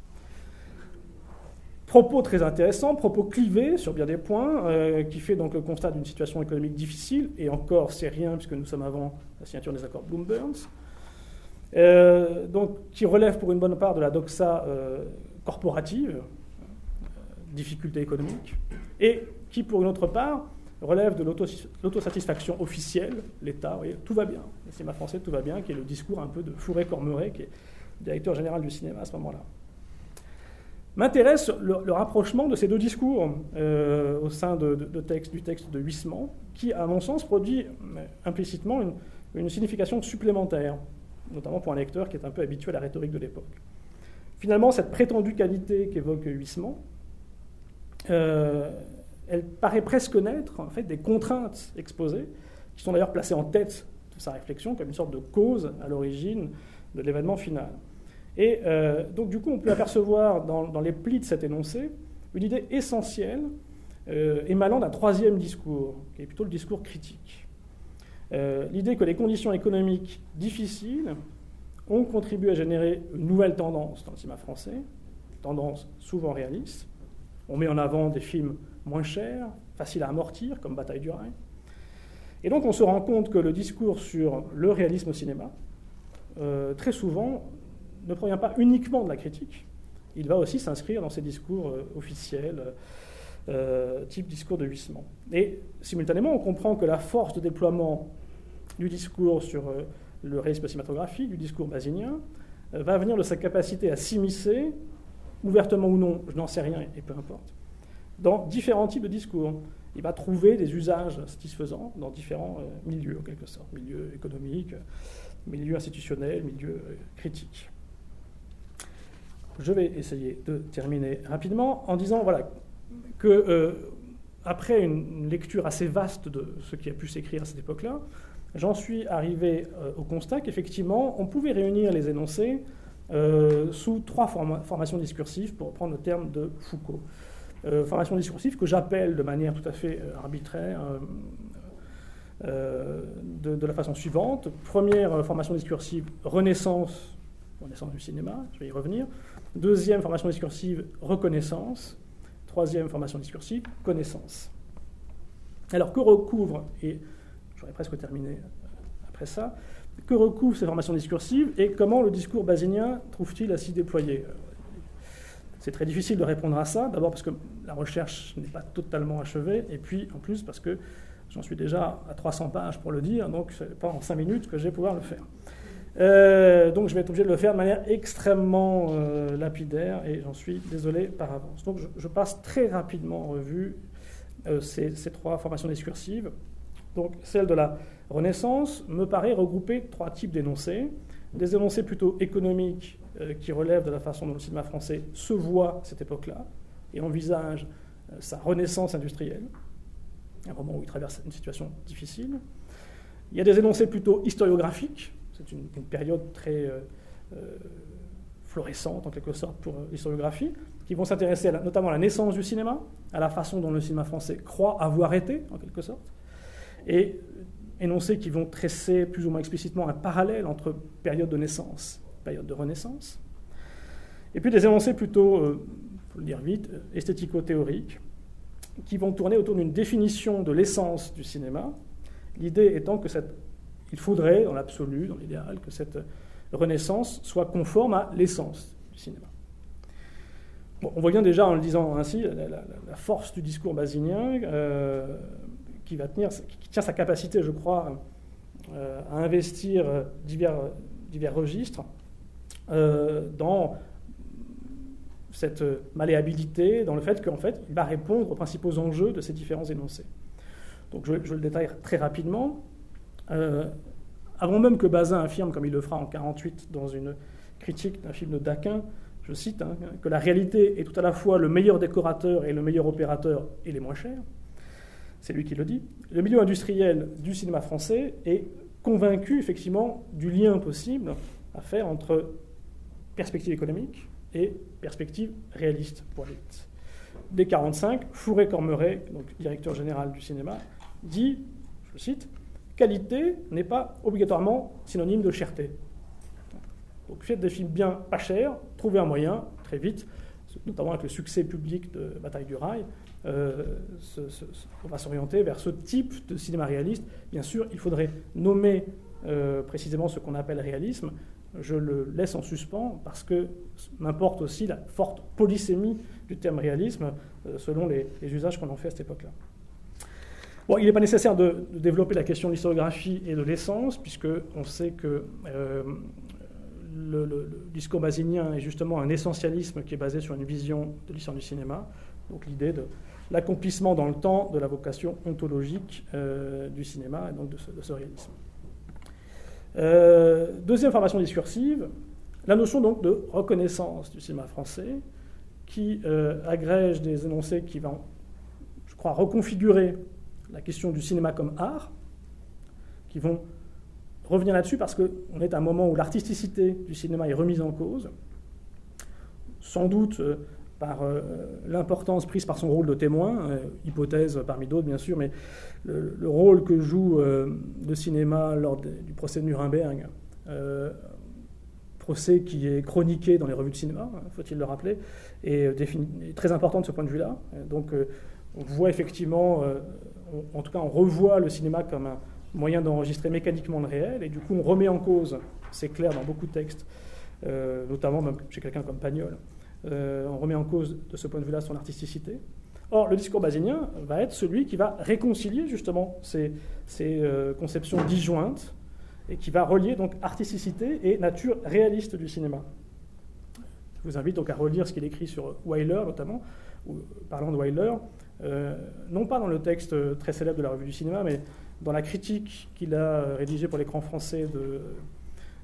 Propos très intéressants, propos clivés sur bien des points, euh, qui fait donc le constat d'une situation économique difficile, et encore c'est rien puisque nous sommes avant la signature des accords Bloom-Burns. Euh, donc, qui relève pour une bonne part de la doxa euh, corporative, euh, difficulté économique, et qui pour une autre part relève de l'autosatisfaction officielle, l'État, vous voyez, tout va bien, le cinéma français tout va bien, qui est le discours un peu de Fouret-Cormeret, qui est directeur général du cinéma à ce moment-là. M'intéresse le, le rapprochement de ces deux discours euh, au sein de, de, de texte, du texte de Huysmans, qui, à mon sens, produit euh, implicitement une, une signification supplémentaire, notamment pour un lecteur qui est un peu habitué à la rhétorique de l'époque. Finalement, cette prétendue qualité qu'évoque Huysmans, euh, elle paraît presque naître en fait, des contraintes exposées, qui sont d'ailleurs placées en tête de sa réflexion comme une sorte de cause à l'origine de l'événement final. Et euh, donc, du coup, on peut apercevoir dans, dans les plis de cet énoncé une idée essentielle euh, émanant d'un troisième discours, qui est plutôt le discours critique. Euh, l'idée que les conditions économiques difficiles ont contribué à générer une nouvelle tendance dans le cinéma français, tendance souvent réaliste. On met en avant des films moins chers, faciles à amortir, comme Bataille du Rhin. Et donc on se rend compte que le discours sur le réalisme au cinéma, euh, très souvent, ne provient pas uniquement de la critique, il va aussi s'inscrire dans ces discours euh, officiels, euh, type discours de Huysmans. Et simultanément, on comprend que la force de déploiement du discours sur euh, le réalisme cinématographique, du discours basinien, euh, va venir de sa capacité à s'immiscer, ouvertement ou non, je n'en sais rien et peu importe, dans différents types de discours. Il va trouver des usages satisfaisants dans différents euh, milieux, en quelque sorte, milieux économiques, milieu institutionnel, milieu euh, critique. Je vais essayer de terminer rapidement en disant voilà, que euh, après une lecture assez vaste de ce qui a pu s'écrire à cette époque-là, j'en suis arrivé euh, au constat qu'effectivement, on pouvait réunir les énoncés euh, sous trois forma- formations discursives, pour reprendre le terme de Foucault. Euh, formation discursive que j'appelle de manière tout à fait euh, arbitraire euh, euh, de, de la façon suivante. Première euh, formation discursive, Renaissance, Renaissance du cinéma, je vais y revenir. Deuxième formation discursive, reconnaissance. Troisième formation discursive, connaissance. Alors, que recouvre, et j'aurais presque terminé après ça, que recouvrent ces formations discursives et comment le discours basinien trouve-t-il à s'y déployer? C'est très difficile de répondre à ça, d'abord parce que la recherche n'est pas totalement achevée, et puis en plus parce que j'en suis déjà à trois cents pages pour le dire, donc ce n'est pas en cinq minutes que je vais pouvoir le faire. Euh, donc je vais être obligé de le faire de manière extrêmement euh, lapidaire, et j'en suis désolé par avance. Donc je, je passe très rapidement en revue euh, ces, ces trois formations discursives. Donc celle de la Renaissance me paraît regrouper trois types d'énoncés. Des énoncés plutôt économiques euh, qui relèvent de la façon dont le cinéma français se voit à cette époque-là et envisage euh, sa renaissance industrielle, à un moment où il traverse une situation difficile. Il y a des énoncés plutôt historiographiques. C'est une, une période très euh, euh, florissante, en quelque sorte, pour euh, l'historiographie, qui vont s'intéresser à la, notamment à la naissance du cinéma, à la façon dont le cinéma français croit avoir été, en quelque sorte, et énoncés qui vont tresser plus ou moins explicitement un parallèle entre période de naissance et période de renaissance. Et puis des énoncés plutôt, euh, pour le dire vite, esthético-théoriques, qui vont tourner autour d'une définition de l'essence du cinéma, l'idée étant que cette, il faudrait, dans l'absolu, dans l'idéal, que cette renaissance soit conforme à l'essence du cinéma. Bon, on voit bien déjà en le disant ainsi la, la, la force du discours basinien, euh, qui, va tenir, qui tient sa capacité, je crois, euh, à investir divers, divers registres euh, dans cette malléabilité, dans le fait qu'en fait, il va répondre aux principaux enjeux de ces différents énoncés. Donc je, je le détaille très rapidement. Euh, avant même que Bazin affirme, comme il le fera en mille neuf cent quarante-huit dans une critique d'un film de Daquin, je cite, hein, que la réalité est tout à la fois le meilleur décorateur et le meilleur opérateur et les moins chers. C'est lui qui le dit. Le milieu industriel du cinéma français est convaincu, effectivement, du lien possible à faire entre perspective économique et perspective réaliste pour l'élite. Dès mille neuf cent quarante-cinq, Fouret-Cormeret, donc directeur général du cinéma, dit, je cite, « Qualité n'est pas obligatoirement synonyme de cherté. » Donc faites des films bien, pas chers, trouvez un moyen, très vite, notamment avec le succès public de Bataille du Rail, euh, ce, ce, on va s'orienter vers ce type de cinéma réaliste. Bien sûr, il faudrait nommer euh, précisément ce qu'on appelle réalisme. Je le laisse en suspens parce que m'importe aussi la forte polysémie du terme réalisme euh, selon les, les usages qu'on en fait à cette époque-là. Bon, il n'est pas nécessaire de, de développer la question de l'historiographie et de l'essence, puisqu'on sait que euh, le, le, le discours basinien est justement un essentialisme qui est basé sur une vision de l'histoire du cinéma, donc l'idée de l'accomplissement dans le temps de la vocation ontologique euh, du cinéma, et donc de ce, de ce réalisme. Euh, deuxième formation discursive, la notion donc de reconnaissance du cinéma français, qui euh, agrège des énoncés qui vont, je crois, reconfigurer la question du cinéma comme art, qui vont revenir là-dessus parce qu'on est à un moment où l'artisticité du cinéma est remise en cause, sans doute euh, par euh, l'importance prise par son rôle de témoin, euh, hypothèse parmi d'autres bien sûr, mais le, le rôle que joue euh, le cinéma lors de, du procès de Nuremberg, euh, procès qui est chroniqué dans les revues de cinéma, hein, faut-il le rappeler, est, défini, est très important de ce point de vue-là. Donc euh, on voit effectivement, euh, on, en tout cas on revoit le cinéma comme un moyen d'enregistrer mécaniquement le réel, et du coup on remet en cause, c'est clair dans beaucoup de textes, euh, notamment même chez quelqu'un comme Pagnol, euh, on remet en cause de ce point de vue-là son artisticité. Or, le discours basinien va être celui qui va réconcilier justement ces, ces euh, conceptions disjointes et qui va relier donc artisticité et nature réaliste du cinéma. Je vous invite donc à relire ce qu'il écrit sur Wyler notamment, ou, parlant de Wyler, euh, non pas dans le texte très célèbre de la Revue du cinéma, mais dans la critique qu'il a rédigée pour l'écran français de,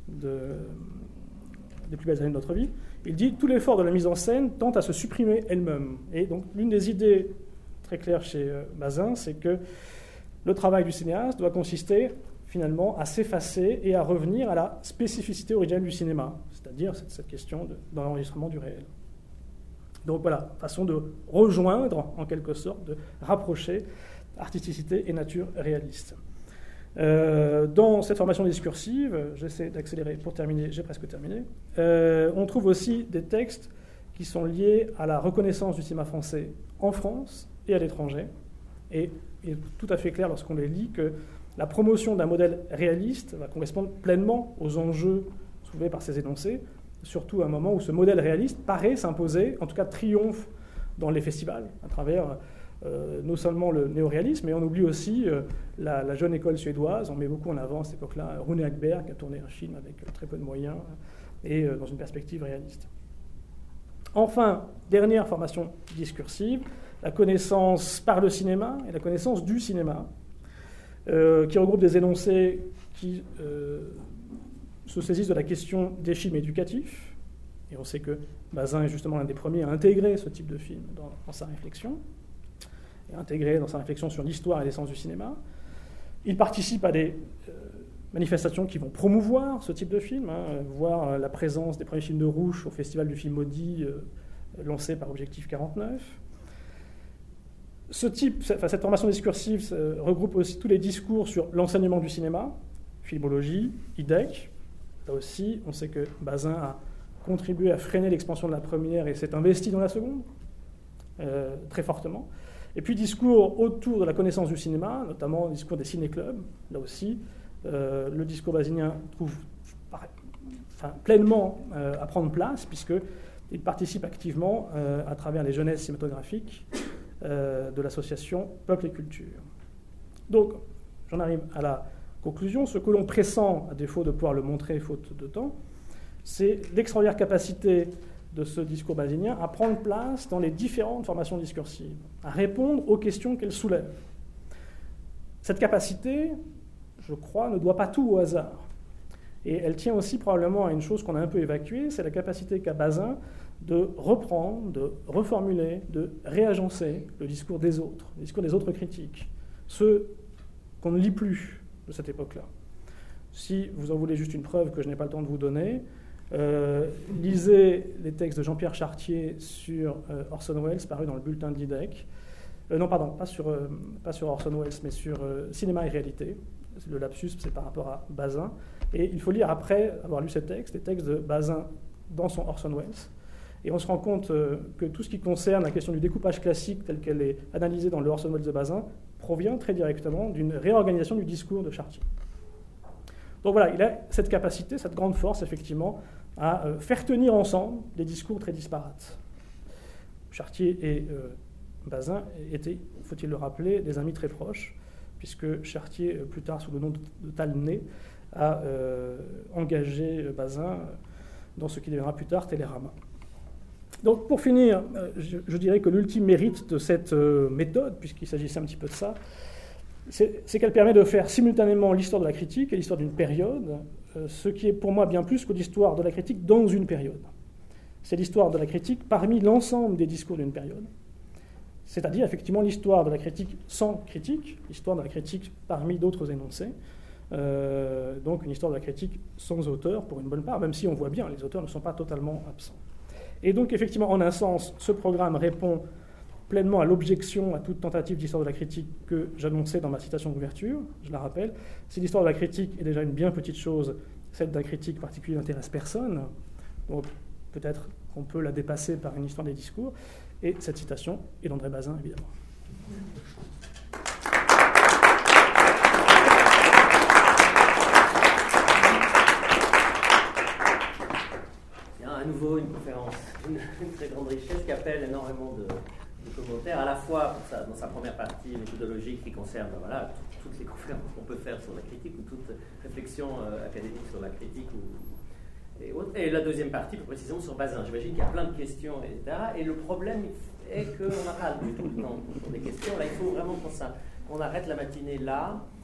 de, des plus belles années de notre vie. Il dit « Tout l'effort de la mise en scène tend à se supprimer elle-même ». Et donc, l'une des idées très claires chez euh, Bazin, c'est que le travail du cinéaste doit consister finalement à s'effacer et à revenir à la spécificité originelle du cinéma, c'est-à-dire cette, cette question de, dans l'enregistrement du réel. Donc voilà, façon de rejoindre, en quelque sorte, de rapprocher artisticité et nature réaliste. Euh, dans cette formation discursive, j'essaie d'accélérer pour terminer, j'ai presque terminé, euh, on trouve aussi des textes qui sont liés à la reconnaissance du cinéma français en France et à l'étranger. Et il est tout à fait clair lorsqu'on les lit que la promotion d'un modèle réaliste va correspondre pleinement aux enjeux soulevés par ces énoncés, surtout à un moment où ce modèle réaliste paraît s'imposer, en tout cas triomphe dans les festivals, à travers euh, non seulement le néoréalisme, mais on oublie aussi euh, la, la jeune école suédoise. On met beaucoup en avant à cette époque-là Rune Hagberg, qui a tourné un film avec euh, très peu de moyens et euh, dans une perspective réaliste. Enfin, dernière formation discursive, la connaissance par le cinéma et la connaissance du cinéma, euh, qui regroupe des énoncés qui euh, se saisissent de la question des films éducatifs. Et on sait que Bazin est justement l'un des premiers à intégrer ce type de film dans, dans sa réflexion, et intégrer dans sa réflexion sur l'histoire et l'essence du cinéma. Il participe à des euh, manifestations qui vont promouvoir ce type de film, hein, voir la présence des premiers films de Rouch au Festival du film maudit euh, lancé par Objectif quarante-neuf. Ce type, enfin, cette formation discursive euh, regroupe aussi tous les discours sur l'enseignement du cinéma, filmologie, I D E C. Là aussi, on sait que Bazin a contribué à freiner l'expansion de la première et s'est investi dans la seconde, euh, très fortement. Et puis discours autour de la connaissance du cinéma, notamment le discours des ciné-clubs. Là aussi, euh, le discours bazinien trouve enfin, pleinement euh, à prendre place, puisqu'il participe activement euh, à travers les jeunesses cinématographiques euh, de l'association Peuple et Culture. Donc, j'en arrive à la conclusion. Ce que l'on pressent, à défaut de pouvoir le montrer faute de temps, c'est l'extraordinaire capacité de ce discours bazinien à prendre place dans les différentes formations discursives, à répondre aux questions qu'elles soulèvent. Cette capacité, je crois, ne doit pas tout au hasard. Et elle tient aussi probablement à une chose qu'on a un peu évacuée, c'est la capacité qu'a Bazin de reprendre, de reformuler, de réagencer le discours des autres, le discours des autres critiques, ceux qu'on ne lit plus de cette époque-là. Si vous en voulez juste une preuve que je n'ai pas le temps de vous donner, Euh, lisez les textes de Jean-Pierre Chartier sur euh, Orson Welles, paru dans le bulletin de l'I D E C. Euh, non, pardon, pas sur, euh, pas sur Orson Welles, mais sur euh, Cinéma et réalité. Le lapsus, c'est par rapport à Bazin. Et il faut lire, après avoir lu ces textes, les textes de Bazin dans son Orson Welles. Et on se rend compte euh, que tout ce qui concerne la question du découpage classique, telle qu'elle est analysée dans le Orson Welles de Bazin, provient très directement d'une réorganisation du discours de Chartier. Donc voilà, il a cette capacité, cette grande force, effectivement, à euh, faire tenir ensemble des discours très disparates. Chartier et euh, Bazin étaient, faut-il le rappeler, des amis très proches, puisque Chartier, euh, plus tard sous le nom de, de Talnay, a euh, engagé Bazin dans ce qui deviendra plus tard Télérama. Donc pour finir, euh, je, je dirais que l'ultime mérite de cette euh, méthode, puisqu'il s'agissait un petit peu de ça, c'est, c'est qu'elle permet de faire simultanément l'histoire de la critique et l'histoire d'une période, euh, ce qui est pour moi bien plus que l'histoire de la critique dans une période. C'est l'histoire de la critique parmi l'ensemble des discours d'une période, c'est-à-dire effectivement l'histoire de la critique sans critique, l'histoire de la critique parmi d'autres énoncés, euh, donc une histoire de la critique sans auteur pour une bonne part, même si on voit bien les auteurs ne sont pas totalement absents. Et donc effectivement, en un sens, ce programme répond pleinement à l'objection à toute tentative d'histoire de la critique que j'annonçais dans ma citation d'ouverture. Je la rappelle, si l'histoire de la critique est déjà une bien petite chose, celle d'un critique particulier n'intéresse personne, donc peut-être qu'on peut la dépasser par une histoire des discours, et cette citation est d'André Bazin, évidemment. À nouveau une conférence d'une une très grande richesse qui appelle énormément de, de commentaires, à la fois pour sa, dans sa première partie méthodologique qui concerne voilà, tout, toutes les conférences qu'on peut faire sur la critique ou toute réflexion euh, académique sur la critique ou, et, autres. Et la deuxième partie plus précisément sur Bazin. J'imagine qu'il y a plein de questions, et cetera. Et le problème est qu'on n'a pas du tout le temps pour des questions. Là, il faut vraiment qu'on, ça, qu'on arrête la matinée là